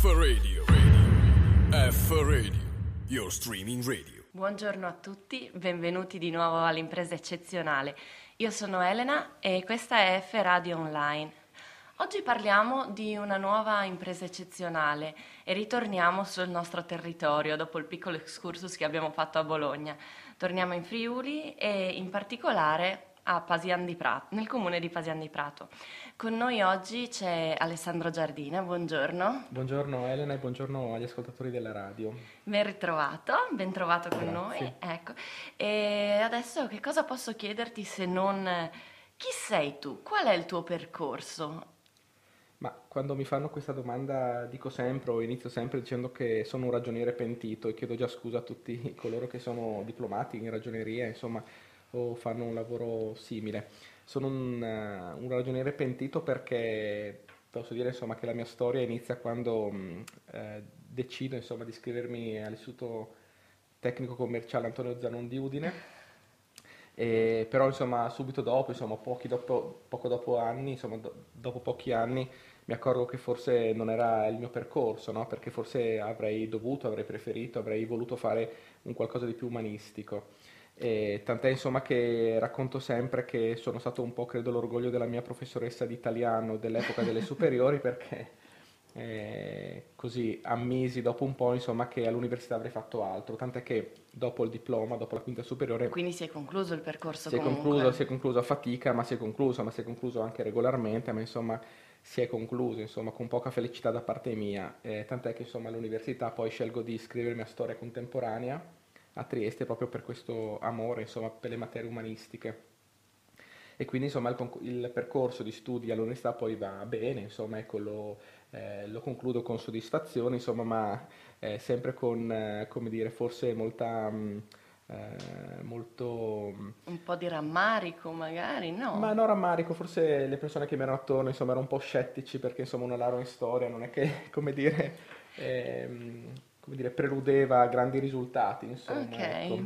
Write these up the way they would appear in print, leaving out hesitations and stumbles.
F Radio. F Radio, your streaming radio. Buongiorno a tutti, benvenuti di nuovo all'Impresa Eccezionale. Io sono Elena e questa è F Radio Online. Oggi parliamo di una nuova impresa eccezionale e ritorniamo sul nostro territorio dopo il piccolo excursus che abbiamo fatto a Bologna. Torniamo in Friuli e in particolare a Pasian di Prato, nel comune di Pasian di Prato. Con noi oggi c'è Alessandro Giardina, buongiorno. Buongiorno Elena e buongiorno agli ascoltatori della radio. Ben trovato con Grazie. noi. Ecco. E adesso che cosa posso chiederti se non chi sei tu? Qual è il tuo percorso? Ma quando mi fanno questa domanda dico sempre, o inizio sempre dicendo che sono un ragioniere pentito e chiedo già scusa a tutti coloro che sono diplomati in ragioneria, insomma, o fanno un lavoro simile. Sono un ragioniere pentito perché posso dire insomma che la mia storia inizia quando decido insomma di iscrivermi all'Istituto Tecnico Commerciale Antonio Zanon di Udine. Però insomma subito dopo, insomma poco dopo anni, insomma dopo pochi anni mi accorgo che forse non era il mio percorso, no? Perché forse avrei preferito, avrei voluto fare un qualcosa di più umanistico. Tant'è insomma che racconto sempre che sono stato un po' credo l'orgoglio della mia professoressa di italiano dell'epoca delle superiori perché così ammisi dopo un po' insomma che all'università avrei fatto altro, tant'è che dopo il diploma, dopo la quinta superiore Quindi si è concluso il percorso si è comunque? concluso a fatica, ma si è concluso anche regolarmente, ma insomma si è concluso insomma con poca felicità da parte mia, tant'è che insomma all'università poi scelgo di iscrivermi a storia contemporanea a Trieste proprio per questo amore insomma per le materie umanistiche. E quindi insomma il percorso di studi all'università poi va bene, insomma ecco lo concludo con soddisfazione, insomma, ma sempre con, come dire, forse molto... Un po' di rammarico magari, no? Ma non rammarico, forse le persone che mi erano attorno, insomma, erano un po' scettici perché insomma una laurea in storia non è che, come dire, preludeva grandi risultati, insomma, Ok. ecco.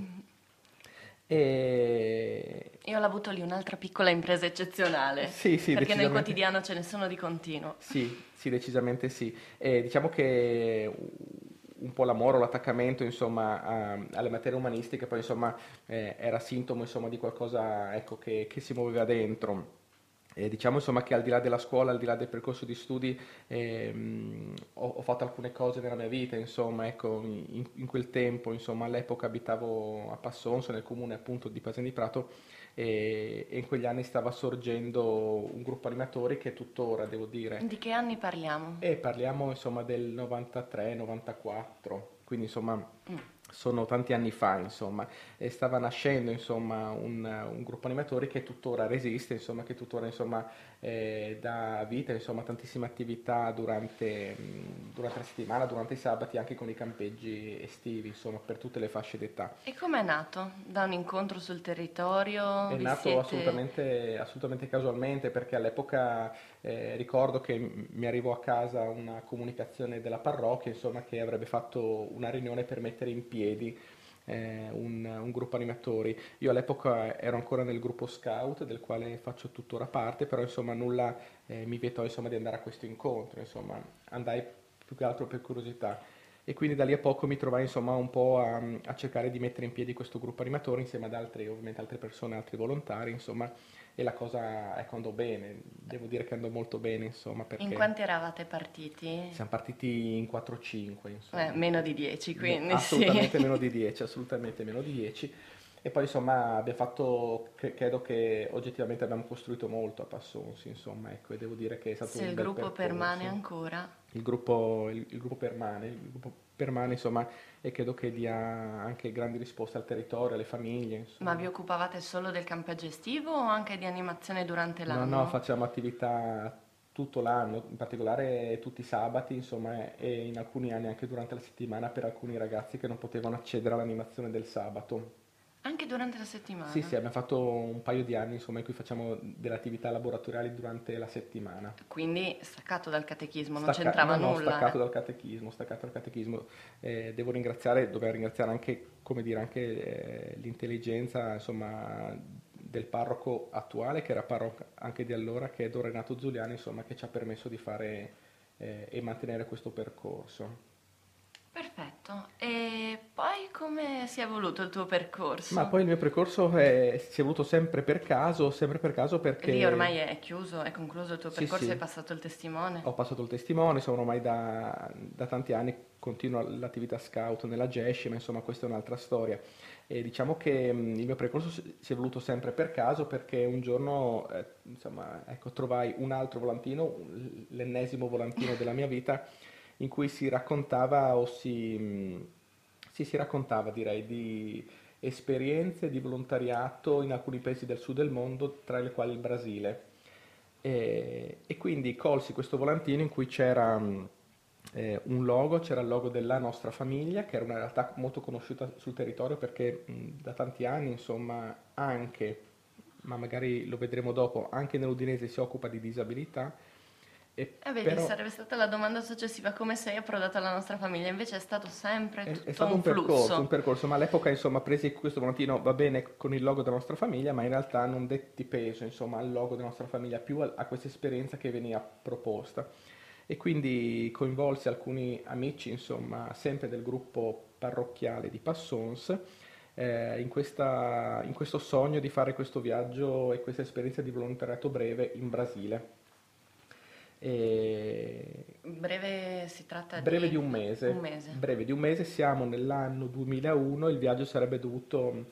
E... Io ho avuto lì un'altra piccola impresa eccezionale, Sì, perché nel decisamente. quotidiano ce ne sono di continuo. Sì, decisamente sì. Diciamo che un po' l'amore o l'attaccamento, insomma, alle materie umanistiche, poi insomma, era sintomo, insomma, di qualcosa, ecco, che si muoveva dentro. Diciamo insomma che al di là della scuola, al di là del percorso di studi, ho fatto alcune cose nella mia vita, insomma, ecco, in quel tempo, insomma, all'epoca abitavo a Passonso, nel comune appunto di Pasian di Prato, e in quegli anni stava sorgendo un gruppo animatori che tuttora, devo dire, Di che anni parliamo? e parliamo insomma del 93-94, quindi insomma Mm. sono tanti anni fa, insomma, e stava nascendo insomma un gruppo animatori che tuttora resiste, insomma, che tuttora insomma dà vita insomma a tantissime attività durante la settimana, durante i sabati, anche con i campeggi estivi, insomma, per tutte le fasce d'età. E com'è nato? Da un incontro sul territorio? È Vi nato siete... assolutamente casualmente perché all'epoca ricordo che mi arrivò a casa una comunicazione della parrocchia, insomma, che avrebbe fatto una riunione per mettere in piedi un gruppo animatori. Io all'epoca ero ancora nel gruppo scout del quale faccio tuttora parte, però insomma nulla mi vietò insomma, di andare a questo incontro, insomma andai più che altro per curiosità. E quindi da lì a poco mi trovai insomma un po' a cercare di mettere in piedi questo gruppo animatore insieme ad altri, ovviamente altre persone, altri volontari, insomma, e la cosa ecco, andò bene, devo dire che andò molto bene, insomma, In perché quanti eravate partiti? siamo partiti in 4-5, insomma. Meno di 10, quindi Assolutamente sì. meno di 10, assolutamente meno di 10. E poi insomma abbiamo fatto, credo che oggettivamente abbiamo costruito molto a Passonsi, insomma, ecco, e devo dire che è stato Se un il bel gruppo percorso. permane ancora. Il gruppo permane, insomma, e credo che dia anche grandi risposte al territorio, alle famiglie, insomma. Ma vi occupavate solo del campeggio estivo o anche di animazione durante No, l'anno? facciamo attività tutto l'anno, in particolare tutti i sabati, insomma, e in alcuni anni anche durante la settimana per alcuni ragazzi che non potevano accedere all'animazione del sabato. Anche durante la settimana? Sì, abbiamo fatto un paio di anni, insomma, in cui facciamo delle attività laboratoriali durante la settimana. Quindi staccato dal catechismo, non c'entrava No, nulla. staccato dal catechismo. Dobbiamo ringraziare anche, come dire, anche l'intelligenza, insomma, del parroco attuale, che era parroco anche di allora, che è Don Renato Zuliani, insomma, che ci ha permesso di fare e mantenere questo percorso. Perfetto. E poi come si è evoluto il tuo Ma percorso? poi il mio percorso si è voluto sempre per caso Lì ormai perché è chiuso, è concluso il tuo sì, percorso, hai sì, passato il testimone. ho passato il testimone, sono ormai da tanti anni, continuo l'attività scout nella GESCI, ma insomma questa è un'altra storia. E diciamo che il mio percorso si è voluto sempre per caso perché un giorno insomma, ecco, trovai un altro volantino, l'ennesimo volantino della mia vita, in cui si raccontava si raccontava direi di esperienze di volontariato in alcuni paesi del sud del mondo, tra le quali il Brasile. E quindi colsi questo volantino in cui c'era un logo, c'era il logo della nostra famiglia, che era una realtà molto conosciuta sul territorio perché da tanti anni, insomma, anche, ma magari lo vedremo dopo, anche nell'Udinese si occupa di disabilità, e Vedi, però sarebbe stata la domanda successiva, come sei approdato alla nostra famiglia? Invece è stato sempre è tutto stato un un flusso. percorso, ma all'epoca insomma presi questo volantino, va bene con il logo della nostra famiglia, ma in realtà non detti peso insomma al logo della nostra famiglia, più a questa esperienza che veniva proposta. E quindi coinvolsi alcuni amici, insomma, sempre del gruppo parrocchiale di Passons, in questo sogno di fare questo viaggio e questa esperienza di volontariato breve in Brasile. E Breve si tratta breve di di un mese. breve di un mese, siamo nell'anno 2001, il viaggio sarebbe dovuto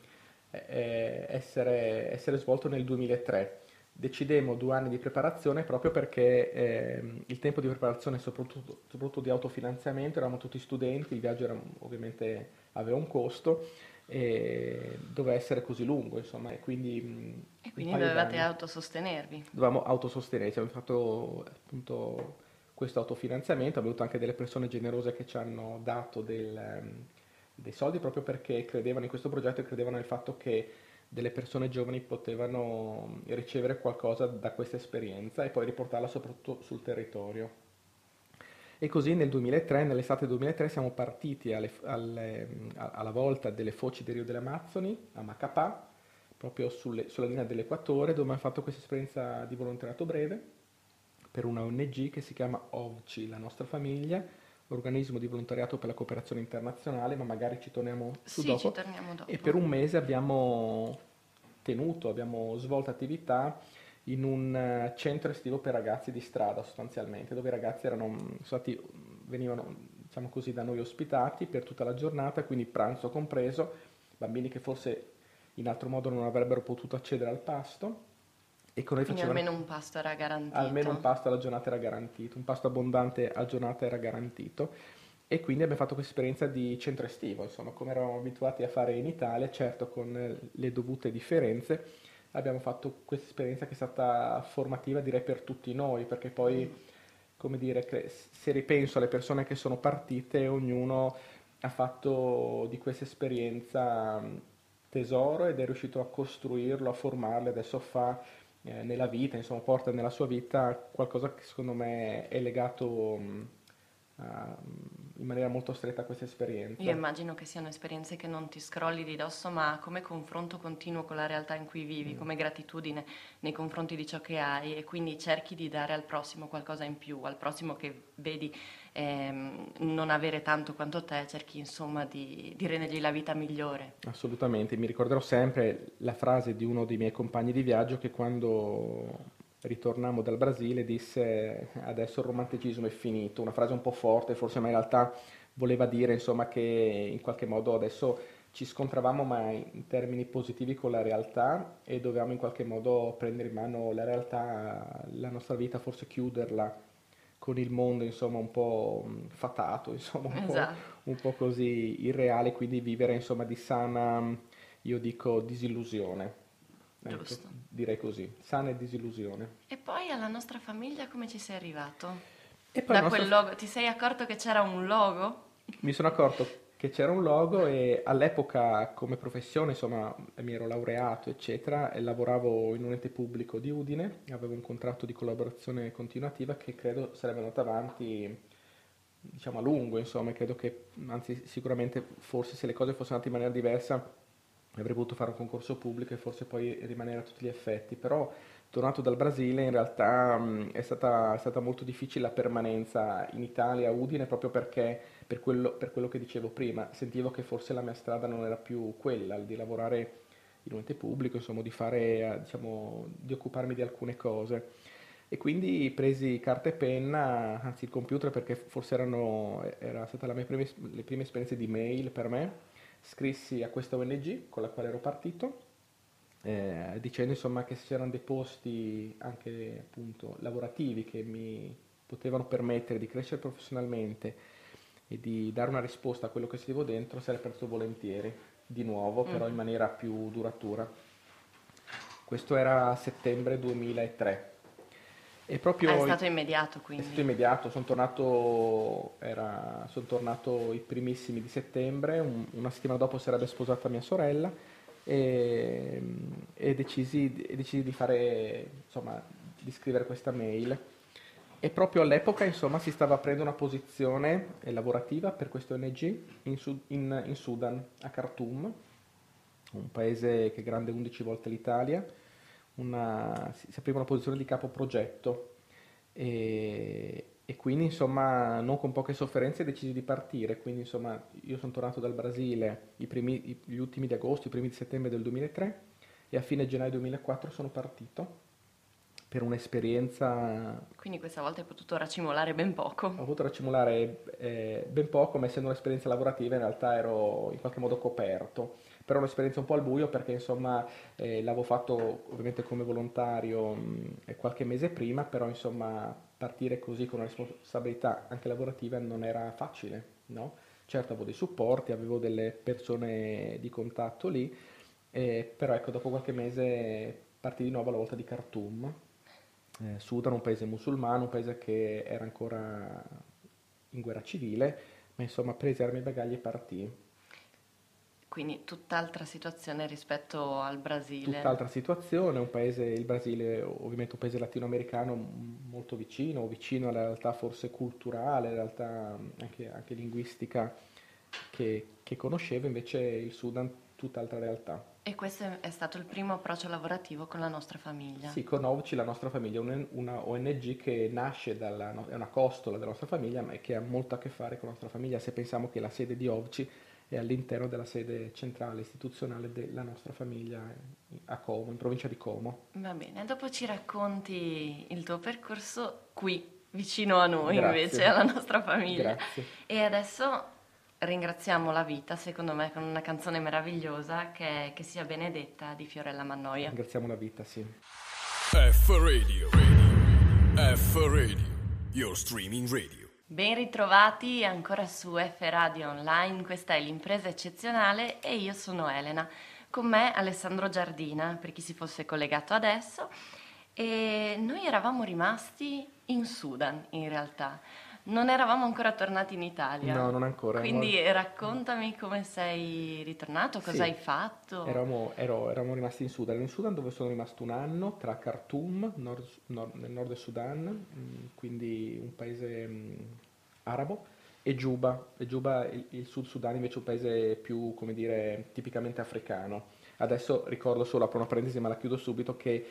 essere svolto nel 2003. Decidemmo 2 anni di preparazione proprio perché il tempo di preparazione, soprattutto di autofinanziamento, eravamo tutti studenti, il viaggio ovviamente aveva un costo e doveva essere così lungo, insomma, e quindi E un quindi paio dovevate d'anni autosostenervi. dovevamo autosostenerci, abbiamo fatto appunto questo autofinanziamento, abbiamo avuto anche delle persone generose che ci hanno dato dei soldi proprio perché credevano in questo progetto e credevano nel fatto che delle persone giovani potevano ricevere qualcosa da questa esperienza e poi riportarla soprattutto sul territorio. E così nel 2003, nell'estate 2003, siamo partiti alla volta delle foci del Rio delle Amazzoni, a Macapá, proprio sulla linea dell'Equatore, dove abbiamo fatto questa esperienza di volontariato breve per una ONG che si chiama OVCI, la nostra famiglia, organismo di volontariato per la cooperazione internazionale, ma magari ci torniamo su Sì, ci dopo. torniamo E per dopo. un mese abbiamo svolto attività in un centro estivo per ragazzi di strada sostanzialmente, dove i ragazzi venivano diciamo così, da noi ospitati per tutta la giornata, quindi pranzo compreso, bambini che forse in altro modo non avrebbero potuto accedere al pasto e con noi Quindi facevano almeno un pasto era almeno un garantito. pasto alla giornata era garantito, un pasto abbondante a giornata era garantito e quindi abbiamo fatto questa esperienza di centro estivo, insomma, come eravamo abituati a fare in Italia, certo con le dovute differenze, abbiamo fatto questa esperienza che è stata formativa direi per tutti noi, perché poi, come dire, se ripenso alle persone che sono partite, ognuno ha fatto di questa esperienza tesoro ed è riuscito a costruirlo, a formarlo, e adesso fa nella vita, insomma, porta nella sua vita qualcosa che secondo me è legato in maniera molto stretta a questa Io esperienza. immagino che siano esperienze che non ti scrolli di dosso, ma come confronto continuo con la realtà in cui vivi, come gratitudine nei confronti di ciò che hai e quindi cerchi di dare al prossimo qualcosa in più, al prossimo che vedi non avere tanto quanto te, cerchi insomma di rendergli la vita migliore. Assolutamente, mi ricorderò sempre la frase di uno dei miei compagni di viaggio che quando ritornammo dal Brasile disse adesso il romanticismo è finito, una frase un po' forte forse, ma in realtà voleva dire insomma che in qualche modo adesso ci scontravamo ma in termini positivi con la realtà e dovevamo in qualche modo prendere in mano la realtà, la nostra vita, forse chiuderla con il mondo insomma un po' fatato, insomma Esatto, un po' così irreale, quindi vivere insomma di sana, io dico disillusione, ecco, giusto. direi così, sana e disillusione. E poi alla nostra famiglia come ci sei arrivato? E poi la Da nostra quel logo, ti sei accorto che c'era un logo? Mi sono accorto che c'era un logo e all'epoca come professione, insomma, mi ero laureato, eccetera, e lavoravo in un ente pubblico di Udine, avevo un contratto di collaborazione continuativa che credo sarebbe andato avanti, diciamo, a lungo, insomma, e credo che, anzi, sicuramente, forse se le cose fossero andate in maniera diversa, avrei potuto fare un concorso pubblico e forse poi rimanere a tutti gli effetti, però tornato dal Brasile, in realtà è stata molto difficile la permanenza in Italia, a Udine, proprio perché per quello che dicevo prima, sentivo che forse la mia strada non era più quella, di lavorare in un ente pubblico, insomma, di fare, diciamo, di occuparmi di alcune cose. E quindi presi carta e penna, anzi il computer, perché forse era stata le prime esperienze di mail per me. Scrissi a questa ONG con la quale ero partito, dicendo insomma che se c'erano dei posti anche appunto lavorativi che mi potevano permettere di crescere professionalmente e di dare una risposta a quello che sentivo dentro, sarei aperto volentieri, di nuovo, però in maniera più duratura. Questo era a settembre 2003. E È proprio stato immediato, è stato quindi. immediato, son tornato i primissimi di settembre, una settimana dopo sarebbe sposata mia sorella e, e decisi di fare, insomma, di scrivere questa mail. E proprio all'epoca, insomma, si stava aprendo una posizione lavorativa per questa ONG in Sudan, a Khartoum, un paese che è grande 11 volte l'Italia. Si apriva una posizione di capo progetto e quindi insomma non con poche sofferenze decisi di partire. Quindi insomma io sono tornato dal Brasile gli ultimi di agosto, i primi di settembre del 2003 e a fine gennaio 2004 sono partito per un'esperienza. Quindi questa volta hai potuto racimolare ben Ho poco. avuto da simulare ben poco, ma essendo un'esperienza lavorativa in realtà ero in qualche modo coperto. Però un'esperienza un po' al buio perché insomma l'avevo fatto ovviamente come volontario qualche mese prima, però insomma partire così con una responsabilità anche lavorativa non era facile, no? Certo avevo dei supporti, avevo delle persone di contatto lì, però ecco dopo qualche mese partì di nuovo alla volta di Khartoum, Sudan, un paese musulmano, un paese che era ancora in guerra civile, ma insomma prese armi e bagagli e partì. Quindi tutt'altra situazione rispetto al Brasile. Tutt'altra situazione, il Brasile ovviamente un paese latinoamericano molto vicino alla realtà forse culturale, realtà anche linguistica che conoscevo, invece il Sudan tutt'altra realtà. E questo è stato il primo approccio lavorativo con la nostra famiglia. Sì, con Ovci, la nostra famiglia, è una ONG che nasce è una costola della nostra famiglia, ma che ha molto a che fare con la nostra famiglia, se pensiamo che la sede di Ovci è all'interno della sede centrale istituzionale della nostra famiglia a Como, in provincia di Como. Va bene, dopo ci racconti il tuo percorso qui, vicino a noi invece, Grazie, alla nostra famiglia. grazie. E adesso ringraziamo la vita, secondo me, con una canzone meravigliosa che sia Benedetta di Fiorella Mannoia. Ringraziamo la vita, sì. F Radio. F Radio. Your streaming radio. Ben ritrovati ancora su F Radio Online, questa è l'impresa eccezionale e io sono Elena. Con me Alessandro Giardina, per chi si fosse collegato adesso, e noi eravamo rimasti in Sudan in realtà. Non eravamo ancora tornati in Italia. No, non ancora. Quindi raccontami come sei ritornato, cosa Sì, hai fatto. eravamo rimasti in Sudan dove sono rimasto un anno tra Khartoum, nel nord del Sudan, quindi un paese arabo, e Giuba. E Giuba, il Sud Sudan invece è un paese più, come dire, tipicamente africano. Adesso ricordo solo, apro una parentesi ma la chiudo subito, che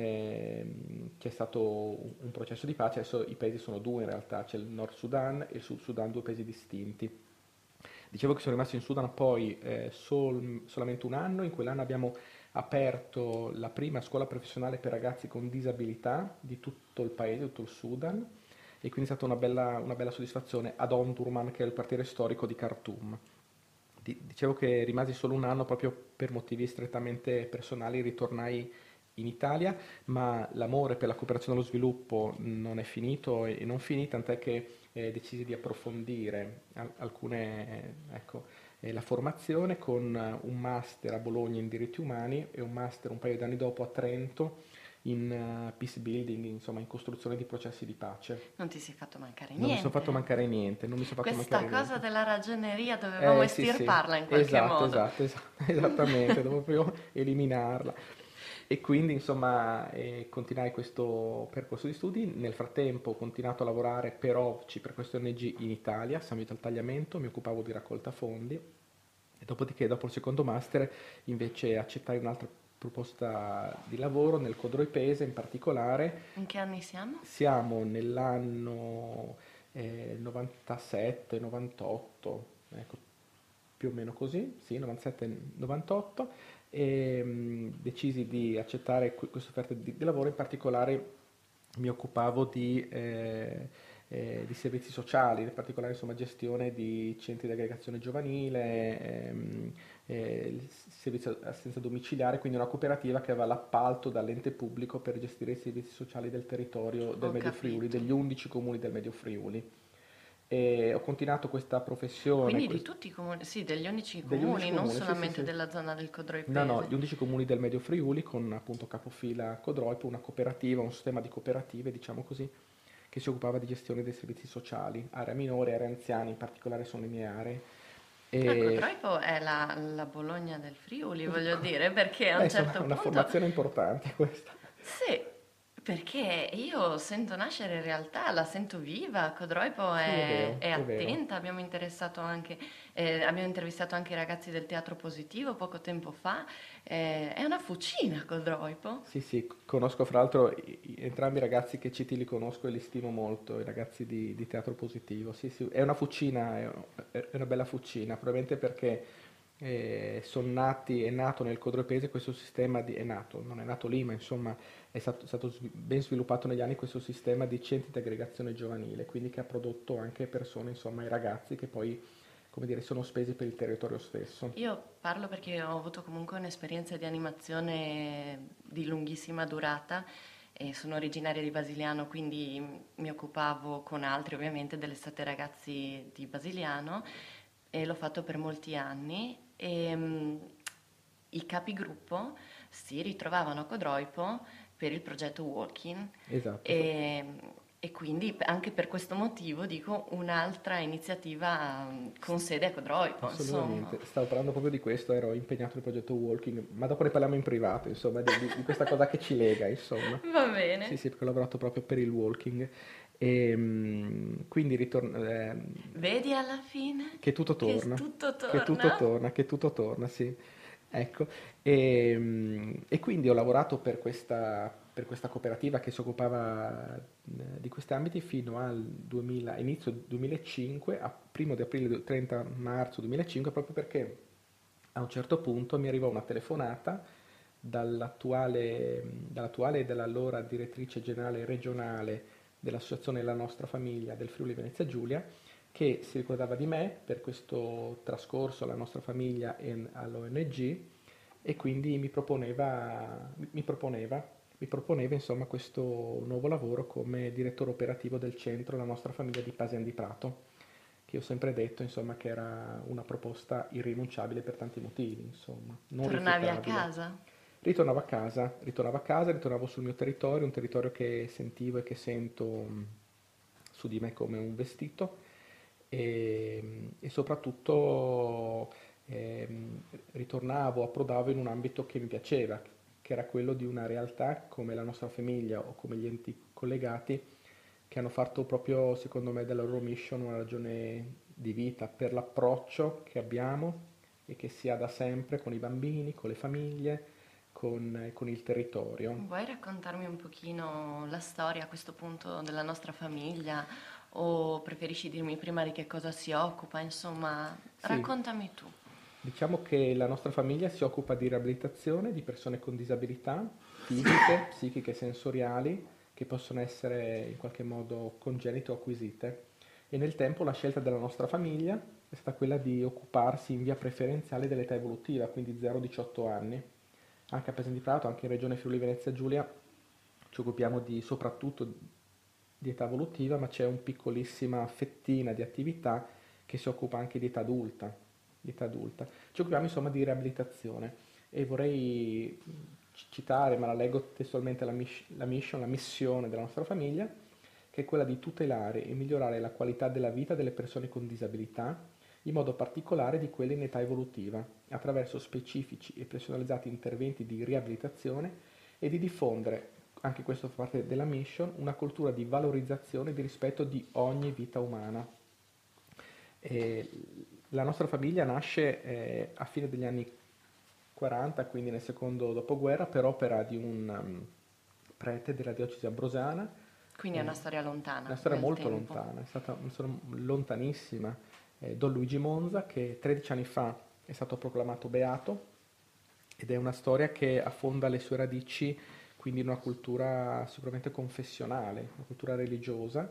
c'è stato un processo di pace, adesso i paesi sono due in realtà, c'è il Nord Sudan e il Sud Sudan, due paesi distinti. Dicevo che sono rimasto in Sudan poi solamente un anno, in quell'anno abbiamo aperto la prima scuola professionale per ragazzi con disabilità di tutto il paese, tutto il Sudan, e quindi è stata una bella soddisfazione ad Omdurman, che è il quartiere storico di Khartoum. Dicevo che rimasi solo un anno proprio per motivi strettamente personali, ritornai in Italia, ma l'amore per la cooperazione e lo sviluppo non è finito e non finì, tant'è che decisi di approfondire ecco, la formazione con un master a Bologna in diritti umani e un master un paio di anni dopo a Trento in peace building, insomma in costruzione di processi di pace. Non ti sei fatto mancare Non mi sono niente. fatto mancare niente, non mi sono fatto Questa mancare cosa niente. della ragioneria dovevamo Sì, sì, estirparla in qualche modo. esattamente, devo proprio eliminarla. E quindi, insomma, continuai questo percorso di studi. Nel frattempo ho continuato a lavorare per OVCI, per questo ONG in Italia, San Vito al Tagliamento, mi occupavo di raccolta fondi. E dopodiché, dopo il secondo master, invece accettai un'altra proposta di lavoro nel Codro Pese in particolare. In che anni siamo? Siamo nell'anno 97-98, ecco, più o meno così, sì, 97-98, e decisi di accettare questa offerta di lavoro. In particolare mi occupavo di servizi sociali, in particolare insomma gestione di centri di aggregazione giovanile, servizi di assistenza domiciliare, quindi una cooperativa che aveva l'appalto dall'ente pubblico per gestire i servizi sociali del territorio del Ho Medio Friuli, capito. degli 11 comuni del Medio Friuli. E ho continuato questa professione, Quindi di tutti i comuni, sì, degli unici degli 11 comuni, non comuni, sì, sì, solamente sì. della zona del Codro No, Pese. gli 11 comuni del Medio Friuli con appunto capofila Codroipo, una cooperativa, un sistema di cooperative, diciamo così, che si occupava di gestione dei servizi sociali, area minore, area anziani, in particolare sono le mie aree. E Codroipo è la Bologna del Friuli, voglio dire, perché a beh, un insomma, è certo una punto formazione importante questa. sì, perché io sento nascere in realtà, la sento viva, Codroipo Sì, è è vero, è vero. attenta, abbiamo intervistato anche i ragazzi del Teatro Positivo poco tempo fa, è una fucina Codroipo. Sì, sì, conosco fra l'altro entrambi i ragazzi che citi, li conosco e li stimo molto, i ragazzi di Teatro Positivo. Sì, sì, è una fucina, è una bella fucina, probabilmente perché è nato nel Codropese questo sistema è nato, non è nato lì, ma insomma è stato ben sviluppato negli anni questo sistema di centri di aggregazione giovanile, quindi che ha prodotto anche persone, insomma, i ragazzi che poi, come dire, sono spesi per il territorio stesso. Io parlo perché ho avuto comunque un'esperienza di animazione di lunghissima durata e sono originaria di Basiliano, quindi mi occupavo con altri ovviamente dell'estate ragazzi di Basiliano e l'ho fatto per molti anni e i capigruppo si ritrovavano a Codroipo per il progetto Walking Esatto. e, e quindi anche per questo motivo dico un'altra iniziativa con sede a Codroipo, insomma. Assolutamente, stavo parlando proprio di questo, ero impegnato nel progetto Walking, ma dopo ne parliamo in privato, insomma, di questa cosa che ci lega, insomma. Va Sì, bene. sì, perché ho lavorato proprio per il Walking. E quindi Vedi alla fine che tutto che torna, tutto che tutto torna? torna, che tutto torna, sì. Ecco, e quindi ho lavorato per questa cooperativa che si occupava di questi ambiti fino al inizio 2005, a 1° di aprile, 30 marzo 2005, proprio perché a un certo punto mi arrivò una telefonata dall'attuale e dall'allora direttrice generale regionale dell'associazione La Nostra Famiglia del Friuli Venezia Giulia, che si ricordava di me per questo trascorso alla nostra famiglia e all'ONG, e quindi mi proponeva insomma questo nuovo lavoro come direttore operativo del centro La Nostra Famiglia di Pasian di Prato, che ho sempre detto insomma che era una proposta irrinunciabile per tanti motivi, insomma, non Tornavi a rifiutabile. casa? Ritornavo sul mio territorio, un territorio che sentivo e che sento su di me come un vestito, e soprattutto approdavo in un ambito che mi piaceva, che era quello di una realtà come la nostra famiglia o come gli enti collegati, che hanno fatto proprio, secondo me, della loro mission una ragione di vita per l'approccio che abbiamo e che si ha da sempre con i bambini, con le famiglie, con il territorio. Vuoi raccontarmi un pochino la storia a questo punto della nostra famiglia o preferisci dirmi prima di che cosa si occupa? Insomma, Sì, raccontami tu. diciamo che la nostra famiglia si occupa di riabilitazione di persone con disabilità fisiche, psichiche e sensoriali che possono essere in qualche modo congenite o acquisite, e nel tempo la scelta della nostra famiglia è stata quella di occuparsi in via preferenziale dell'età evolutiva, quindi 0-18 anni. Anche a Pesaro di Prato, anche in Regione Friuli Venezia Giulia, ci occupiamo soprattutto di età evolutiva, ma c'è un piccolissima fettina di attività che si occupa anche di età adulta. Di età adulta. Ci occupiamo insomma di riabilitazione, e vorrei citare, ma la leggo testualmente, la missione della nostra famiglia, che è quella di tutelare e migliorare la qualità della vita delle persone con disabilità, in modo particolare di quelle in età evolutiva, attraverso specifici e personalizzati interventi di riabilitazione, e di diffondere, anche questo fa parte della mission, una cultura di valorizzazione e di rispetto di ogni vita umana. E la nostra famiglia nasce a fine degli anni 40, quindi nel secondo dopoguerra, per opera di un prete della diocesi ambrosiana. Quindi è una storia lontana Una storia nel molto tempo. lontana, è stata una storia lontanissima. Don Luigi Monza, che 13 anni fa è stato proclamato beato, ed è una storia che affonda le sue radici quindi in una cultura sicuramente confessionale, una cultura religiosa.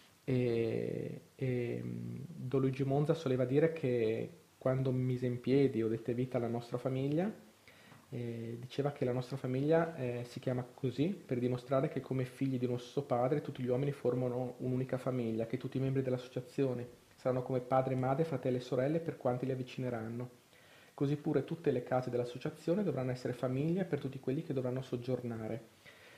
Don Luigi Monza soleva dire che quando mise in piedi o dette vita alla nostra famiglia, diceva che la nostra famiglia si chiama così per dimostrare che come figli di uno stesso padre tutti gli uomini formano un'unica famiglia, che tutti i membri dell'associazione saranno come padre, madre, fratelli e sorelle per quanti li avvicineranno. Così pure tutte le case dell'associazione dovranno essere famiglie per tutti quelli che dovranno soggiornare.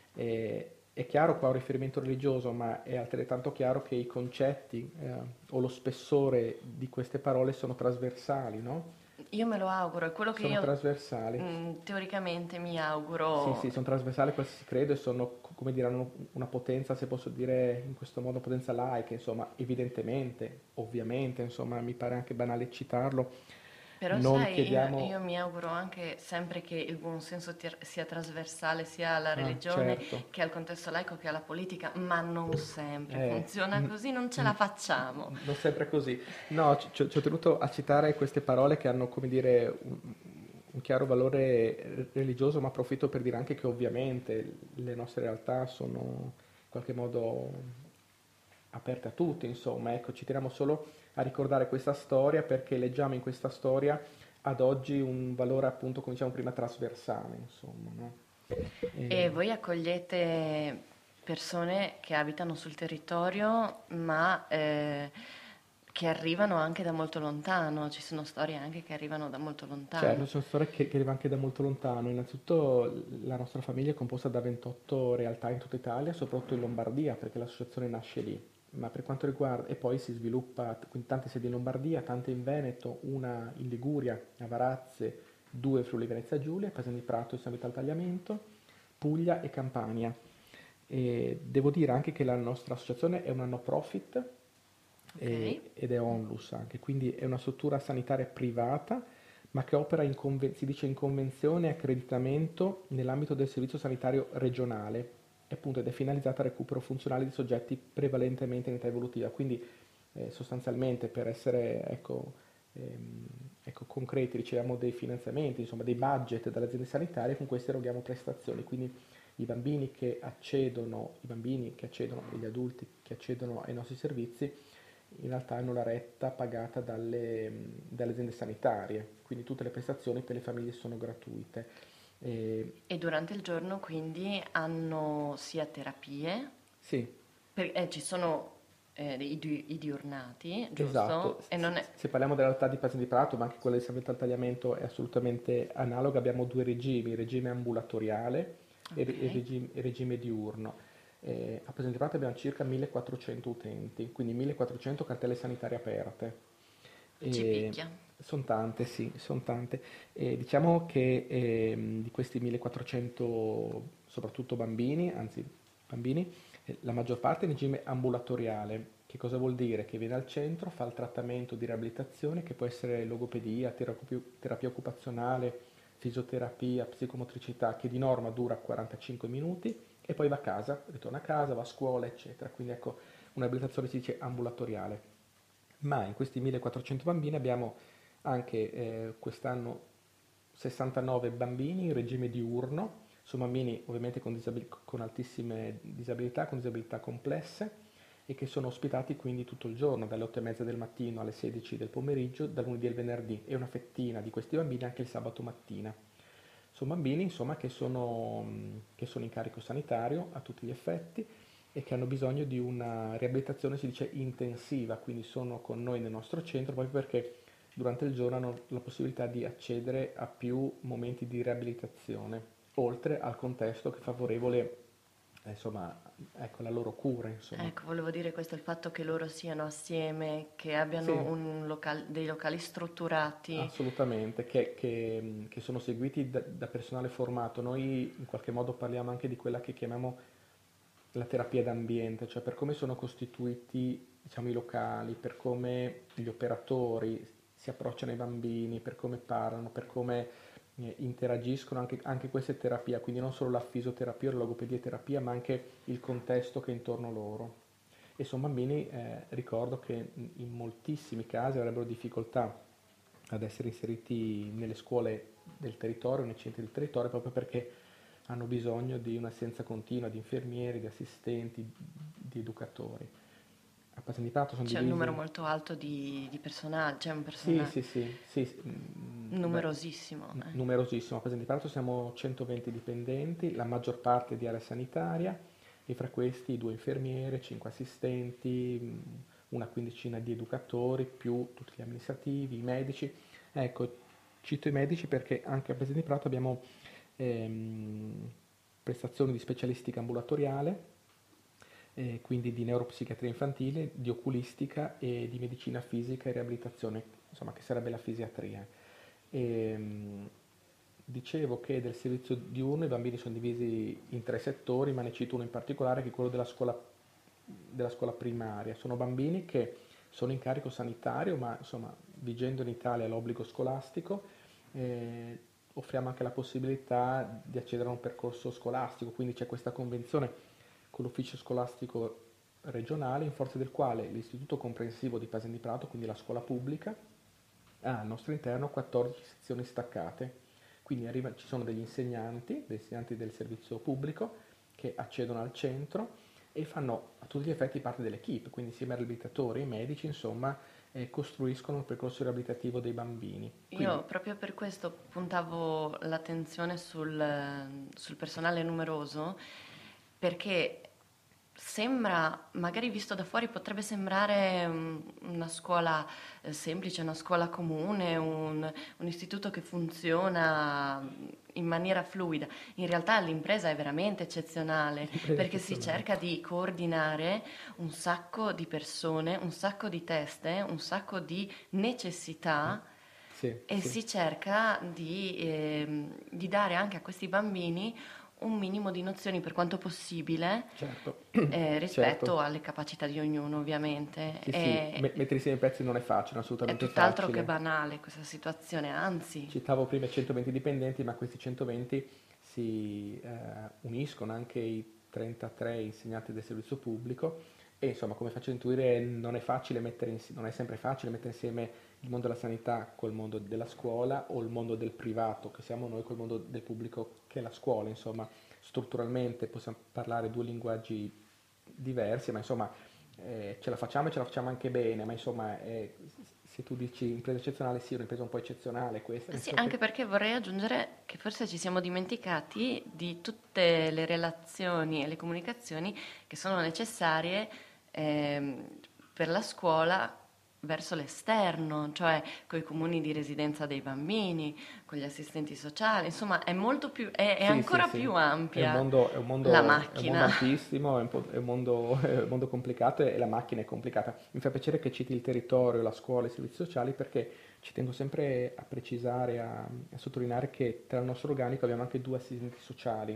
È chiaro qua un riferimento religioso, ma è altrettanto chiaro che i concetti o lo spessore di queste parole sono trasversali, no? Io me lo auguro, è quello che Sono io trasversali. teoricamente mi Sì, auguro. sì, sono trasversali a qualsiasi credo e sono, come dire, hanno una potenza, se posso dire in questo modo, potenza laica, insomma, evidentemente, ovviamente, insomma, mi pare anche banale citarlo, Però non sai, chiediamo. io mi auguro anche sempre che il buonsenso sia trasversale sia alla Ah, religione certo. che al contesto laico che alla politica, ma non sempre Eh, funziona n- così, non ce la facciamo. Non sempre così. No, ci ho tenuto a citare queste parole che hanno, come dire, un chiaro valore religioso, ma approfitto per dire anche che ovviamente le nostre realtà sono in qualche modo aperte a tutti, insomma, ecco, ci teniamo solo a ricordare questa storia perché leggiamo in questa storia ad oggi un valore appunto, come diciamo prima, trasversale, insomma, no? E E- voi accogliete persone che abitano sul territorio, ma che arrivano anche da molto lontano, ci sono storie anche che arrivano da molto Certo, lontano. sono storie che arrivano anche da molto lontano. Innanzitutto la nostra famiglia è composta da 28 realtà in tutta Italia, soprattutto in Lombardia, perché l'associazione nasce lì. Ma per quanto riguarda, e poi si sviluppa, quindi tante sedi in Lombardia, tante in Veneto, una in Liguria, a Varazze, due in Friuli Venezia Giulia, Casani di Prato e San Vito al Tagliamento, Puglia e Campania. E devo dire anche che la nostra associazione è una no profit Ok? ed è onlus anche, quindi è una struttura sanitaria privata ma che opera si dice in convenzione e accreditamento nell'ambito del servizio sanitario regionale e appunto ed è finalizzata al recupero funzionale di soggetti prevalentemente in età evolutiva, quindi sostanzialmente per essere ecco, concreti riceviamo dei finanziamenti, insomma dei budget dalle aziende sanitarie, con questi eroghiamo prestazioni, quindi i bambini che accedono e gli adulti che accedono ai nostri servizi in realtà hanno la retta pagata dalle aziende sanitarie, quindi tutte le prestazioni per le famiglie sono gratuite. E durante il giorno quindi hanno sia terapie, Sì, ci sono i diurnati, esatto. giusto? E non è... Se parliamo della realtà di Pasini di Prato, ma anche quella di San Vito al Tagliamento è assolutamente analoga, abbiamo due regimi, il regime ambulatoriale e Ok, il regime diurno. A Pasini di Prato abbiamo circa 1400 utenti, quindi 1400 cartelle sanitarie aperte. ci picchia. Sono tante, sì, sono tante. Diciamo che di questi 1400, soprattutto bambini, anzi bambini, la maggior parte è in regime ambulatoriale. Che cosa vuol dire? Che viene al centro, fa il trattamento di riabilitazione, che può essere logopedia, terapia occupazionale, fisioterapia, psicomotricità, che di norma dura 45 minuti, e poi va a casa, ritorna a casa, va a scuola, eccetera. Quindi ecco, una riabilitazione si dice ambulatoriale. Ma in questi 1400 bambini abbiamo anche quest'anno 69 bambini in regime diurno, sono bambini ovviamente con altissime disabilità, con disabilità complesse e che sono ospitati quindi tutto il giorno, dalle 8:30 del mattino alle 16 del pomeriggio, dal lunedì al venerdì, e una fettina di questi bambini anche il sabato mattina. Sono bambini insomma che sono in carico sanitario a tutti gli effetti e che hanno bisogno di una riabilitazione, si dice intensiva, quindi sono con noi nel nostro centro proprio perché durante il giorno hanno la possibilità di accedere a più momenti di riabilitazione, oltre al contesto che è favorevole, insomma, ecco, la loro cura, insomma. Ecco, volevo dire questo, il fatto che loro siano assieme, che abbiano Sì, dei locali strutturati. assolutamente, che sono seguiti da personale formato. Noi in qualche modo parliamo anche di quella che chiamiamo la terapia d'ambiente, cioè per come sono costituiti, diciamo, i locali, per come gli operatori si approcciano ai bambini, per come parlano, per come interagiscono, anche questa è terapia, quindi non solo la fisioterapia o la logopedia è terapia, ma anche il contesto che è intorno loro. E sono bambini, ricordo che in moltissimi casi avrebbero difficoltà ad essere inseriti nelle scuole del territorio, nei centri del territorio, proprio perché hanno bisogno di un'assistenza continua di infermieri, di assistenti, di educatori. A Paese di Prato sono C'è un numero divisi. molto alto di personale, c'è un Sì, personale sì, sì, sì, beh, numerosissimo. numerosissimo. A Paese di Prato siamo 120 dipendenti, la maggior parte di area sanitaria e fra questi 2 infermiere, 5 assistenti, una quindicina di educatori, più tutti gli amministrativi, i medici. Ecco, cito i medici perché anche a Paese di Prato abbiamo prestazioni di specialistica ambulatoriale, quindi di neuropsichiatria infantile, di oculistica e di medicina fisica e riabilitazione, insomma, che sarebbe la fisiatria. E, dicevo che del servizio diurno i bambini sono divisi in 3 settori, ma ne cito uno in particolare che è quello della scuola primaria. Sono bambini che sono in carico sanitario, ma insomma, vigendo in Italia l'obbligo scolastico, offriamo anche la possibilità di accedere a un percorso scolastico, quindi c'è questa convenzione con l'ufficio scolastico regionale, in forza del quale l'Istituto Comprensivo di Paese di Prato, quindi la scuola pubblica, ha al nostro interno 14 sezioni staccate. Quindi ci sono degli insegnanti del servizio pubblico che accedono al centro e fanno a tutti gli effetti parte dell'equipe, quindi insieme ai riabilitatori e ai medici, insomma, costruiscono il percorso riabilitativo dei bambini. Io Quindi, proprio per questo puntavo l'attenzione sul personale numeroso, perché sembra, magari visto da fuori, potrebbe sembrare una scuola semplice, una scuola comune, un istituto che funziona in maniera fluida. In realtà l'impresa è veramente eccezionale, l'impresa è perché si eccezionale. cerca di coordinare un sacco di persone, un sacco di teste, un sacco di necessità, Sì, e sì, si cerca di dare anche a questi bambini un minimo di nozioni, per quanto possibile, certo, rispetto certo. alle capacità di ognuno, ovviamente. Sì, sì, mettere insieme i pezzi non è facile, È assolutamente tutt'altro che facile. banale questa situazione, anzi. Citavo prima i 120 dipendenti, ma questi 120 si uniscono anche i 33 insegnanti del servizio pubblico e insomma, come faccio a intuire, non è sempre facile mettere insieme il mondo della sanità col mondo della scuola o il mondo del privato, che siamo noi, col mondo del pubblico, che è la scuola. Insomma, strutturalmente possiamo parlare 2 linguaggi diversi, ma insomma ce la facciamo e ce la facciamo anche bene, ma insomma se tu dici impresa eccezionale, sì, è un'impresa un po' eccezionale questa, nel Sì, senso anche che perché vorrei aggiungere che forse ci siamo dimenticati di tutte le relazioni e le comunicazioni che sono necessarie ehm, per la scuola verso l'esterno, cioè con i comuni di residenza dei bambini, con gli assistenti sociali, insomma è molto più, è sì, sì, ancora sì, più ampia la è un mondo macchina. ampissimo, è un mondo, è un mondo complicato e la macchina è complicata. Mi fa piacere che citi il territorio, la scuola, i servizi sociali perché ci tengo sempre a precisare, a sottolineare che tra il nostro organico abbiamo anche 2 assistenti sociali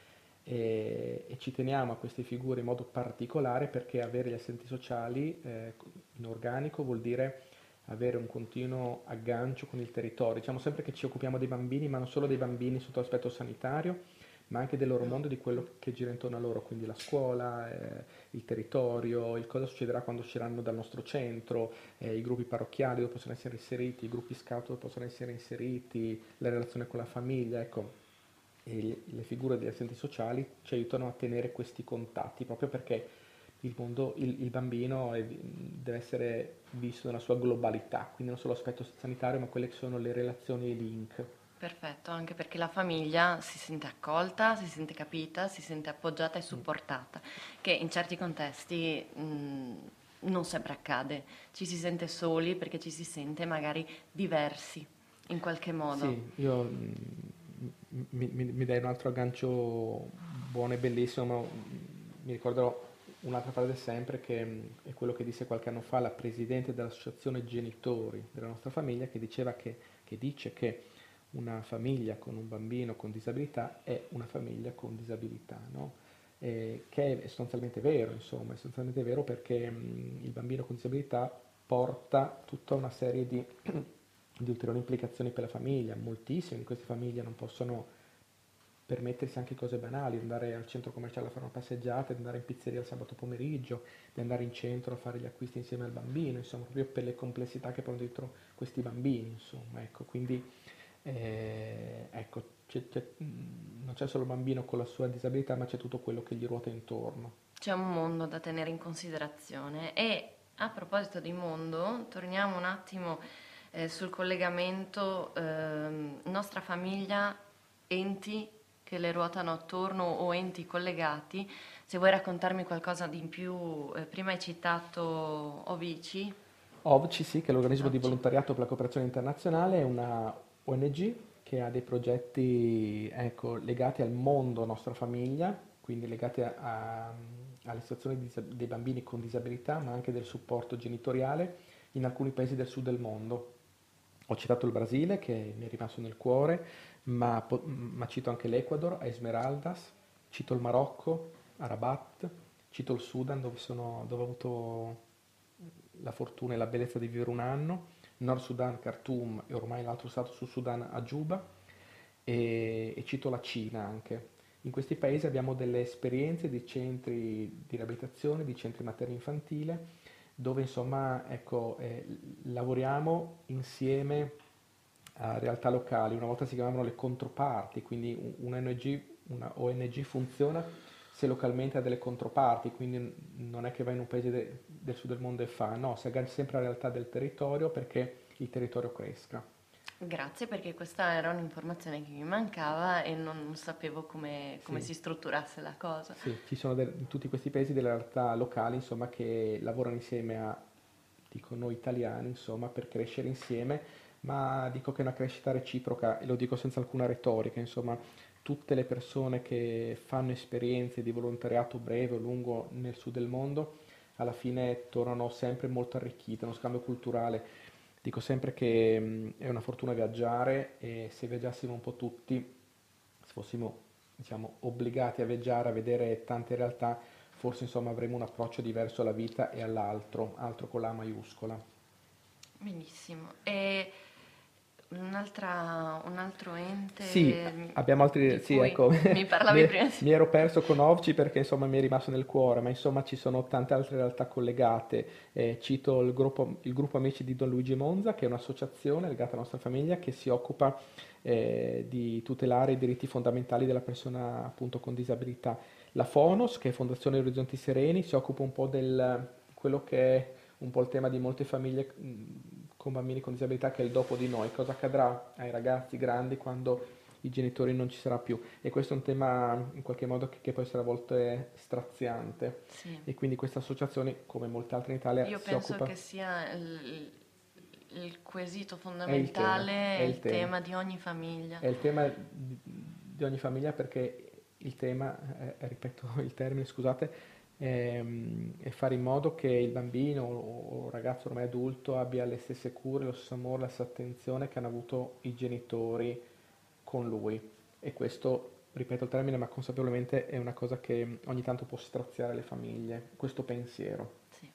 e ci teniamo a queste figure in modo particolare perché avere gli assistenti sociali in organico vuol dire avere un continuo aggancio con il territorio. Diciamo sempre che ci occupiamo dei bambini, ma non solo dei bambini sotto l'aspetto sanitario, ma anche del loro mondo e di quello che gira intorno a loro, quindi la scuola, il territorio, il cosa succederà quando usciranno dal nostro centro, i gruppi parrocchiali dove possono essere inseriti, i gruppi scout dove possono essere inseriti, la relazione con la famiglia, ecco. E le figure degli assistenti sociali ci aiutano a tenere questi contatti, proprio perché il bambino deve essere visto nella sua globalità, quindi non solo l'aspetto sanitario, ma quelle che sono le relazioni e i link. Perfetto, anche perché la famiglia si sente accolta, si sente capita, si sente appoggiata e supportata, che in certi contesti non sempre accade. Ci si sente soli perché ci si sente magari diversi in qualche modo. Sì, io mi dai un altro aggancio buono e bellissimo, ma mi ricorderò un'altra frase sempre che è quello che disse qualche anno fa la presidente dell'associazione genitori della nostra famiglia che dice che una famiglia con un bambino con disabilità è una famiglia con disabilità, no? Che è sostanzialmente vero, insomma, è sostanzialmente vero perché il bambino con disabilità porta tutta una serie di di ulteriori implicazioni per la famiglia. Moltissime di queste famiglie non possono permettersi anche cose banali, andare al centro commerciale a fare una passeggiata, di andare in pizzeria il sabato pomeriggio, di andare in centro a fare gli acquisti insieme al bambino, insomma, proprio per le complessità che portano dietro questi bambini, insomma, ecco, quindi ecco, non c'è solo il bambino con la sua disabilità, ma c'è tutto quello che gli ruota intorno. C'è un mondo da tenere in considerazione e a proposito di mondo, torniamo un attimo sul collegamento nostra famiglia, enti che le ruotano attorno o enti collegati. Se vuoi raccontarmi qualcosa di in più, prima hai citato Ovici. OVCI, sì, che è l'organismo di OVCI. volontariato per la cooperazione internazionale, è una ONG che ha dei progetti, ecco, legati al mondo nostra famiglia, quindi legati alle situazioni dei bambini con disabilità, ma anche del supporto genitoriale in alcuni paesi del sud del mondo. Ho citato il Brasile, che mi è rimasto nel cuore, ma cito anche l'Ecuador, a Esmeraldas, cito il Marocco, a Rabat, cito il Sudan, dove ho avuto la fortuna e la bellezza di vivere un anno, Nord Sudan, Khartoum e ormai l'altro stato Sud Sudan a Juba e cito la Cina anche. In questi paesi abbiamo delle esperienze di centri di riabilitazione, di centri materno-infantile, dove insomma ecco, lavoriamo insieme a realtà locali, una volta si chiamavano le controparti, quindi una ONG funziona se localmente ha delle controparti, quindi non è che va in un paese del sud del mondo e fa, no, si aggancia sempre alla realtà del territorio perché il territorio cresca. Grazie perché questa era un'informazione che mi mancava e non sapevo come Sì, si strutturasse la cosa. sì, ci sono in tutti questi paesi delle realtà locali, insomma, che lavorano insieme a, dico noi italiani, insomma, per crescere insieme, ma dico che è una crescita reciproca e lo dico senza alcuna retorica, insomma, tutte le persone che fanno esperienze di volontariato breve o lungo nel sud del mondo, alla fine tornano sempre molto arricchite, uno scambio culturale. Dico sempre che è una fortuna viaggiare e se viaggiassimo un po' tutti, se fossimo, diciamo, obbligati a viaggiare, a vedere tante realtà, forse insomma avremo un approccio diverso alla vita e all'altro, altro con la maiuscola. Benissimo. E un altro Sì, ente abbiamo altri, di sì, cui ecco, mi parlavi prima? mi ero perso con Ovci perché insomma mi è rimasto nel cuore, ma insomma ci sono tante altre realtà collegate. Cito il gruppo Amici di Don Luigi Monza, che è un'associazione legata alla nostra famiglia che si occupa di tutelare i diritti fondamentali della persona appunto con disabilità. La FONOS, che è Fondazione Orizzonti Sereni, si occupa un po' di quello che è un po' il tema di molte famiglie con bambini con disabilità, che è il dopo di noi, cosa accadrà ai ragazzi grandi quando i genitori non ci sarà più. E questo è un tema in qualche modo che può essere a volte straziante. Sì, E quindi questa associazione, come molte altre in Italia, io si penso occupa, che sia il quesito è il tema, fondamentale, è è il il tema. tema di ogni famiglia. È il tema di ogni famiglia perché il tema, ripeto il termine, scusate, è fare in modo che il bambino o il ragazzo ormai adulto abbia le stesse cure, lo stesso amore, la stessa attenzione che hanno avuto i genitori con lui. E questo, ripeto il termine, ma consapevolmente è una cosa che ogni tanto può straziare le famiglie, questo pensiero. Sì.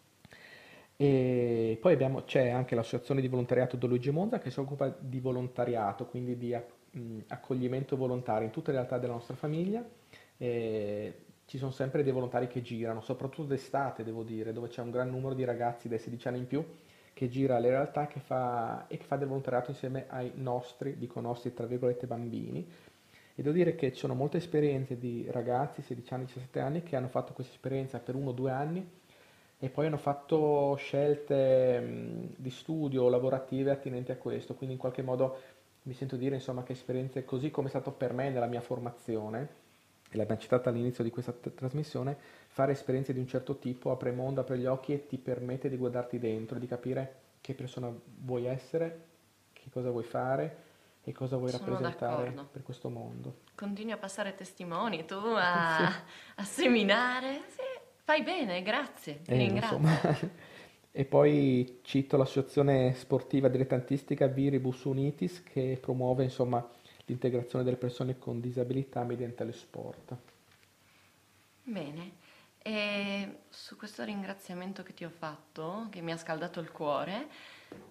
E poi c'è anche l'associazione di volontariato Don Luigi Monza che si occupa di volontariato, quindi di accoglimento volontario in tutte le realtà della nostra famiglia. Ci sono sempre dei volontari che girano, soprattutto d'estate, devo dire, dove c'è un gran numero di ragazzi dai 16 anni in più che gira alle realtà e che fa del volontariato insieme ai nostri, dico nostri, tra virgolette, bambini. E devo dire che ci sono molte esperienze di ragazzi, 16 anni, 17 anni, che hanno fatto questa esperienza per 1 o 2 anni e poi hanno fatto scelte di studio o lavorative attinenti a questo, quindi in qualche modo mi sento dire insomma che esperienze così come è stato per me nella mia formazione, e l'abbiamo citata all'inizio di questa trasmissione, fare esperienze di un certo tipo apre mondo, apre gli occhi e ti permette di guardarti dentro, di capire che persona vuoi essere, che cosa vuoi fare e cosa vuoi Sono rappresentare d'accordo. per questo mondo. Continui a passare testimoni, tu Sì. a seminare. Sì, fai bene, grazie, ti Insomma, ringrazio. e poi cito l'associazione sportiva dilettantistica Viribus Unitis che promuove insomma l'integrazione delle persone con disabilità mediante lo sport. Bene, e su questo ringraziamento che ti ho fatto, che mi ha scaldato il cuore,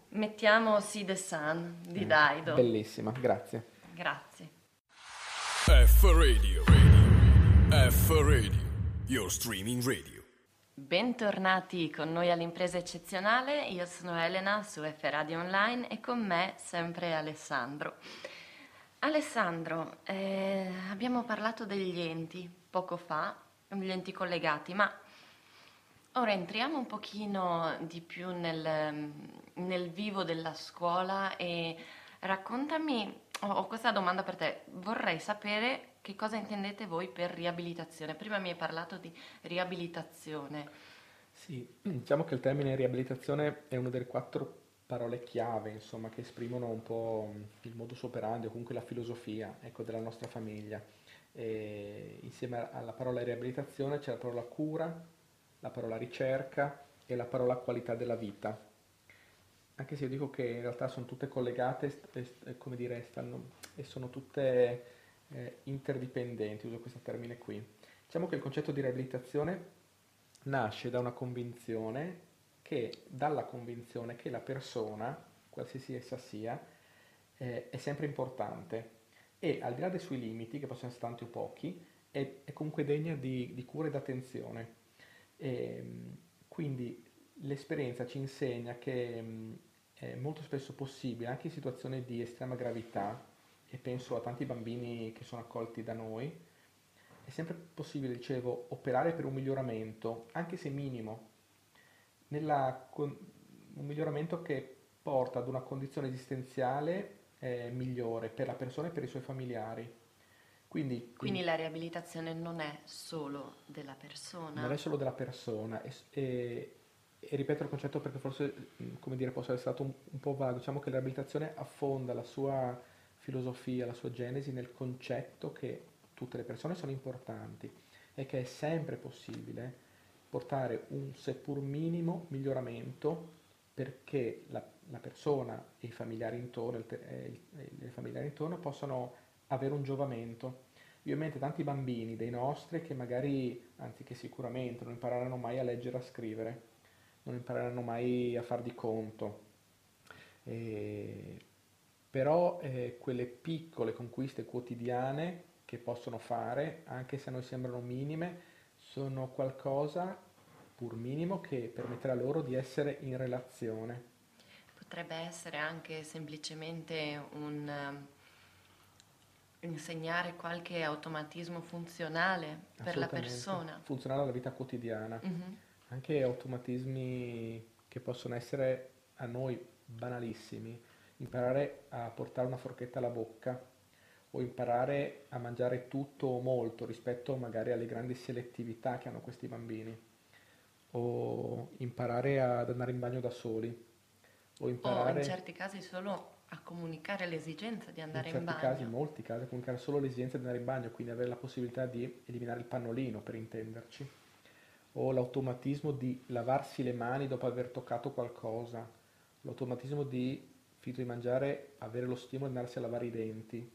Mettiamo See the Sun di Dido. Bellissima, grazie. Grazie. F Radio. F Radio, your streaming radio. Bentornati con noi all'Impresa Eccezionale, io sono Elena su F Radio Online e con me sempre Alessandro. Alessandro, abbiamo parlato degli enti poco fa, gli enti collegati, ma ora entriamo un pochino di più nel vivo della scuola e raccontami, ho questa domanda per te, vorrei sapere che cosa intendete voi per riabilitazione. Prima mi hai parlato di riabilitazione. Sì, diciamo che il termine riabilitazione è una delle 4 parole chiave, insomma, che esprimono un po' il modus operandi o comunque la filosofia, ecco, della nostra famiglia. E insieme alla parola riabilitazione c'è la parola cura, la parola ricerca e la parola qualità della vita. Anche se io dico che in realtà sono tutte collegate come dire, e sono tutte interdipendenti, uso questo termine qui. Diciamo che il concetto di riabilitazione nasce da una convinzione dalla convinzione che la persona, qualsiasi essa sia, è sempre importante e al di là dei suoi limiti, che possono essere tanti o pochi, è comunque degna di cura ed attenzione. Quindi l'esperienza ci insegna che è molto spesso possibile, anche in situazioni di estrema gravità, e penso a tanti bambini che sono accolti da noi, è sempre possibile, dicevo, operare per un miglioramento, anche se minimo, un miglioramento che porta ad una condizione esistenziale migliore per la persona e per i suoi familiari. Quindi la riabilitazione non è solo della persona. Non è solo della persona e ripeto il concetto perché forse, come dire, possa essere stato un po' vago. Diciamo che la riabilitazione affonda la sua filosofia, la sua genesi nel concetto che tutte le persone sono importanti e che è sempre possibile portare un seppur minimo miglioramento perché la persona e i familiari intorno, le familiari intorno possano avere un giovamento. Io ho in mente tanti bambini dei nostri che magari, anzi che sicuramente non impareranno mai a leggere e a scrivere, non impareranno mai a far di conto. Però quelle piccole conquiste quotidiane che possono fare, anche se a noi sembrano minime, sono qualcosa, pur minimo, che permetterà loro di essere in relazione. Potrebbe essere anche semplicemente insegnare qualche automatismo funzionale per la persona. Funzionale alla vita quotidiana. Mm-hmm. Anche automatismi che possono essere a noi banalissimi. Imparare a portare una forchetta alla bocca o imparare a mangiare tutto o molto rispetto magari alle grandi selettività che hanno questi bambini, o imparare ad andare in bagno da soli, o imparare in certi casi solo a comunicare l'esigenza di andare in bagno. In molti casi, a comunicare solo l'esigenza di andare in bagno, quindi avere la possibilità di eliminare il pannolino, per intenderci, o l'automatismo di lavarsi le mani dopo aver toccato qualcosa, l'automatismo di, finito di mangiare, avere lo stimolo di andarsi a lavare i denti.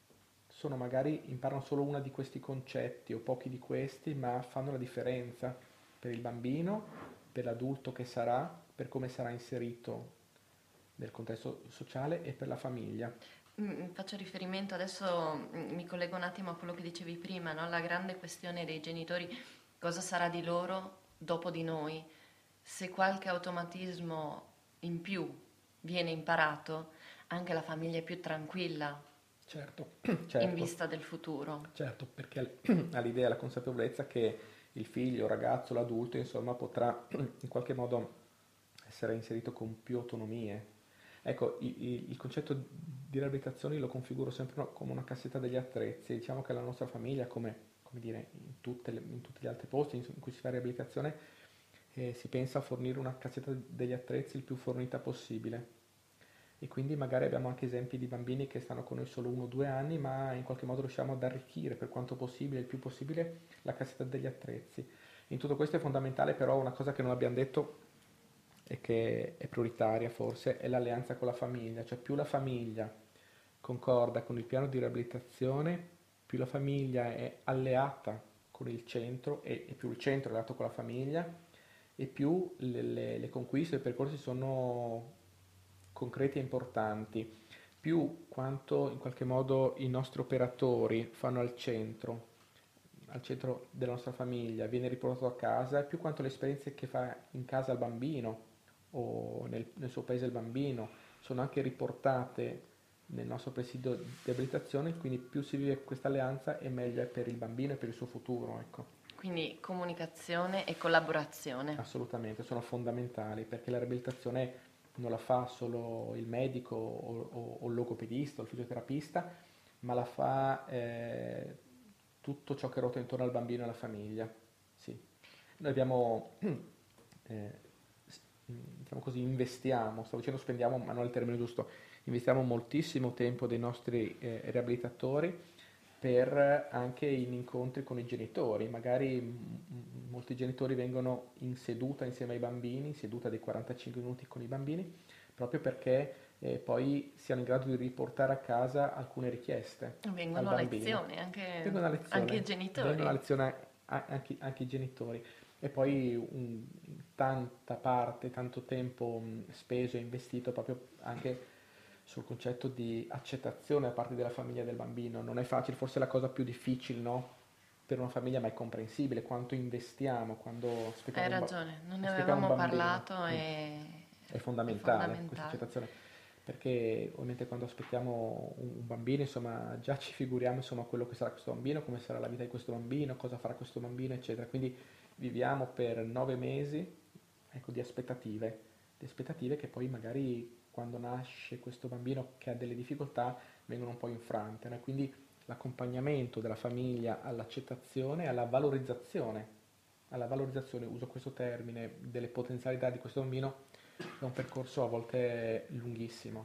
Imparano solo uno di questi concetti o pochi di questi, ma fanno la differenza per il bambino, per l'adulto che sarà, per come sarà inserito nel contesto sociale e per la famiglia. Faccio riferimento adesso, mi collego un attimo a quello che dicevi prima, no? La grande questione dei genitori, cosa sarà di loro dopo di noi? Se qualche automatismo in più viene imparato, anche la famiglia è più tranquilla. Certo. In vista del futuro. Certo, perché ha l'idea, la consapevolezza che il figlio, il ragazzo, l'adulto, insomma, potrà in qualche modo essere inserito con più autonomie. Ecco, il concetto di riabilitazione lo configuro sempre come una cassetta degli attrezzi. Diciamo che la nostra famiglia, come dire, in tutti gli altri posti in cui si fa riabilitazione, si pensa a fornire una cassetta degli attrezzi il più fornita possibile. E quindi magari abbiamo anche esempi di bambini che stanno con noi solo 1 o 2 anni, ma in qualche modo riusciamo ad arricchire per quanto possibile, il più possibile, la cassetta degli attrezzi. In tutto questo è fondamentale però una cosa che non abbiamo detto e che è prioritaria forse, è l'alleanza con la famiglia. Cioè più la famiglia concorda con il piano di riabilitazione, più la famiglia è alleata con il centro e più il centro è alleato con la famiglia e più le conquiste e i percorsi sono concreti e importanti, più quanto in qualche modo i nostri operatori fanno al centro della nostra famiglia, viene riportato a casa, e più quanto le esperienze che fa in casa il bambino o nel suo paese il bambino sono anche riportate nel nostro presidio di abilitazione, quindi più si vive questa alleanza e meglio è per il bambino e per il suo futuro, ecco. Quindi comunicazione e collaborazione. Assolutamente, sono fondamentali perché la riabilitazione non la fa solo il medico o il logopedista o il fisioterapista, ma la fa tutto ciò che ruota intorno al bambino e alla famiglia. Sì. Noi abbiamo, diciamo così, investiamo, stavo dicendo spendiamo, ma non è il termine giusto, investiamo moltissimo tempo dei nostri riabilitatori per anche in incontri con i genitori. Magari molti genitori vengono in seduta insieme ai bambini, in seduta dei 45 minuti con i bambini, proprio perché poi siano in grado di riportare a casa alcune richieste Vengono al a bambino. lezione Vengono a lezione, anche i genitori. vengono a lezione anche i genitori. E poi tanta parte, tanto tempo speso e investito proprio anche sul concetto di accettazione da parte della famiglia del bambino. Non è facile, forse è la cosa più difficile, no? Per una famiglia, ma è comprensibile quanto investiamo quando Hai aspettiamo ragione, non ne aspettiamo un avevamo bambino. parlato È fondamentale questa accettazione, perché ovviamente quando aspettiamo un bambino, insomma, già ci figuriamo, insomma, quello che sarà questo bambino, come sarà la vita di questo bambino, cosa farà questo bambino, eccetera. Quindi viviamo per 9 mesi, ecco, di aspettative che poi magari quando nasce questo bambino che ha delle difficoltà vengono un po' infrante, no? Quindi l'accompagnamento della famiglia all'accettazione e alla valorizzazione, uso questo termine, delle potenzialità di questo bambino, è un percorso a volte lunghissimo.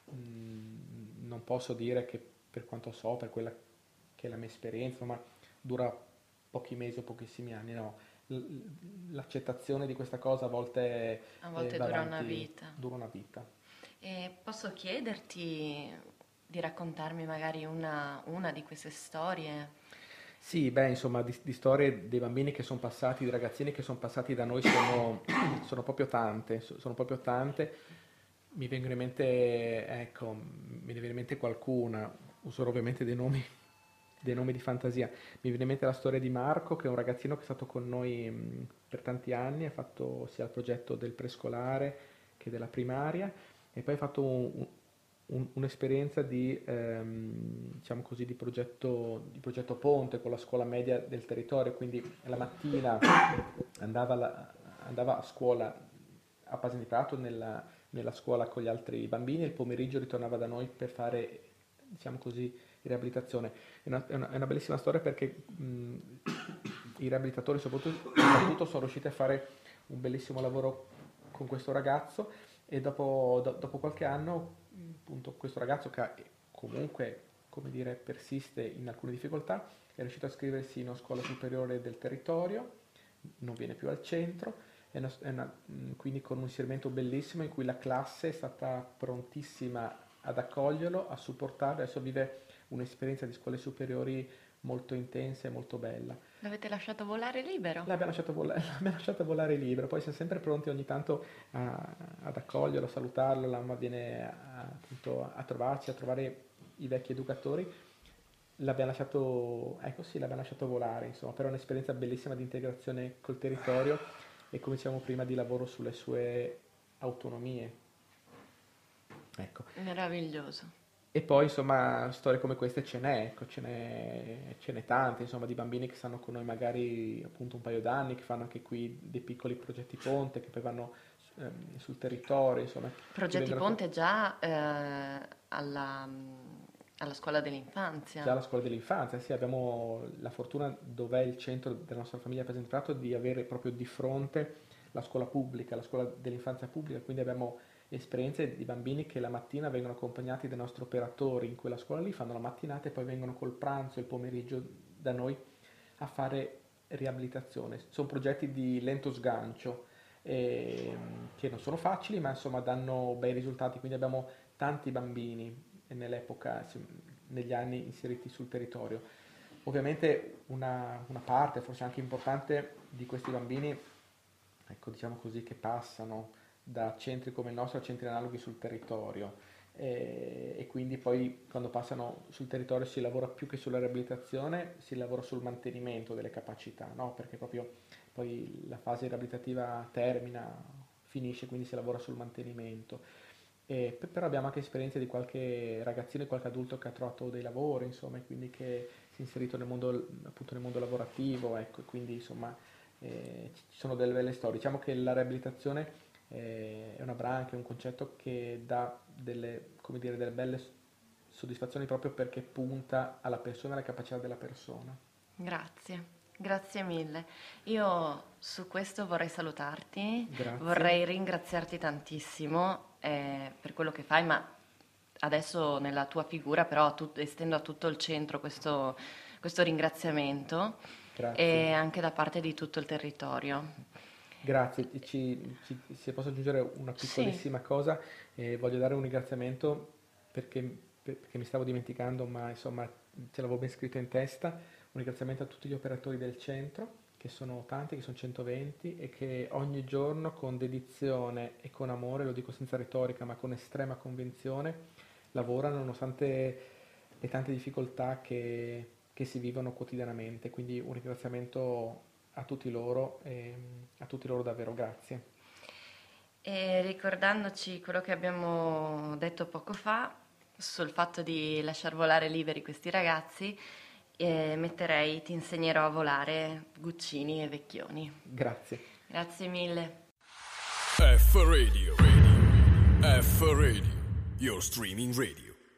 Non posso dire che per quanto so, per quella che è la mia esperienza, ma dura pochi mesi o pochissimi anni, no. L'accettazione di questa cosa a volte va dura una avanti, vita. dura una vita. E posso chiederti di raccontarmi magari una di queste storie? Sì, beh, insomma, di storie dei bambini che sono passati, di ragazzini che sono passati da noi sono proprio tante, sono proprio tante. Mi vengono in mente, ecco, mi viene in mente qualcuna, userò ovviamente dei nomi di fantasia. Mi viene in mente la storia di Marco, che è un ragazzino che è stato con noi per tanti anni, ha fatto sia il progetto del prescolare che della primaria, e poi ha fatto un'esperienza diciamo così, di progetto ponte con la scuola media del territorio, quindi la mattina andava a scuola a Pasini Prato nella scuola con gli altri bambini, e il pomeriggio ritornava da noi per fare, diciamo così, riabilitazione. È una bellissima storia perché i riabilitatori soprattutto sono riusciti a fare un bellissimo lavoro con questo ragazzo, e dopo qualche anno, appunto, questo ragazzo, che comunque, come dire, persiste in alcune difficoltà, è riuscito a iscriversi in una scuola superiore del territorio, non viene più al centro, quindi con un inserimento bellissimo in cui la classe è stata prontissima ad accoglierlo, a supportarlo. Adesso vive un'esperienza di scuole superiori molto intensa e molto bella. L'avete lasciato volare libero? L'abbiamo lasciato volare libero, poi siamo sempre pronti ogni tanto ad accoglierlo, a salutarlo. La mamma viene appunto a trovarci, a trovare i vecchi educatori. Ecco sì, l'abbiamo lasciato volare, insomma, però è un'esperienza bellissima di integrazione col territorio e, come dicevamo prima, di lavoro sulle sue autonomie. Ecco. Meraviglioso. E poi, insomma, storie come queste ecco, ce n'è tante, insomma, di bambini che stanno con noi magari appunto un paio d'anni, che fanno anche qui dei piccoli progetti ponte, che poi vanno sul territorio, insomma. Progetti ponte già alla scuola dell'infanzia. Già alla scuola dell'infanzia, sì, abbiamo la fortuna, dov'è il centro della nostra famiglia Pasini Prato, di avere proprio di fronte la scuola pubblica, la scuola dell'infanzia pubblica, quindi abbiamo esperienze di bambini che la mattina vengono accompagnati dai nostri operatori in quella scuola lì, fanno la mattinata e poi vengono col pranzo e il pomeriggio da noi a fare riabilitazione. Sono progetti di lento sgancio che non sono facili, ma insomma danno bei risultati, quindi abbiamo tanti bambini nell'epoca, negli anni inseriti sul territorio. Ovviamente una parte, forse anche importante, di questi bambini, ecco, diciamo così, che passano da centri come il nostro a centri analoghi sul territorio. E quindi poi quando passano sul territorio si lavora più che sulla riabilitazione, si lavora sul mantenimento delle capacità, no? Perché proprio poi la fase riabilitativa termina, finisce, quindi si lavora sul mantenimento. Però abbiamo anche esperienze di qualche ragazzino e qualche adulto che ha trovato dei lavori, insomma, e quindi che si è inserito nel mondo, appunto nel mondo lavorativo, ecco, e quindi insomma ci sono delle belle storie. Diciamo che la riabilitazione è una branca, è un concetto che dà delle, come dire, delle belle soddisfazioni proprio perché punta alla persona e alla capacità della persona. Grazie mille. Io su questo vorrei salutarti, Grazie. vorrei ringraziarti tantissimo per quello che fai, ma adesso nella tua figura però estendo a tutto il centro questo ringraziamento. Grazie. E anche da parte di tutto il territorio. Grazie, se posso aggiungere una piccolissima cosa, voglio dare un ringraziamento perché mi stavo dimenticando, ma insomma ce l'avevo ben scritto in testa, un ringraziamento a tutti gli operatori del centro, che sono tanti, che sono 120 e che ogni giorno con dedizione e con amore, lo dico senza retorica ma con estrema convinzione, lavorano nonostante le tante difficoltà che si vivono quotidianamente, quindi un ringraziamento a tutti loro davvero grazie. E ricordandoci quello che abbiamo detto poco fa sul fatto di lasciar volare liberi questi ragazzi, ti insegnerò a volare Guccini e Vecchioni. Grazie. Grazie mille. F Radio, F Radio, your streaming radio.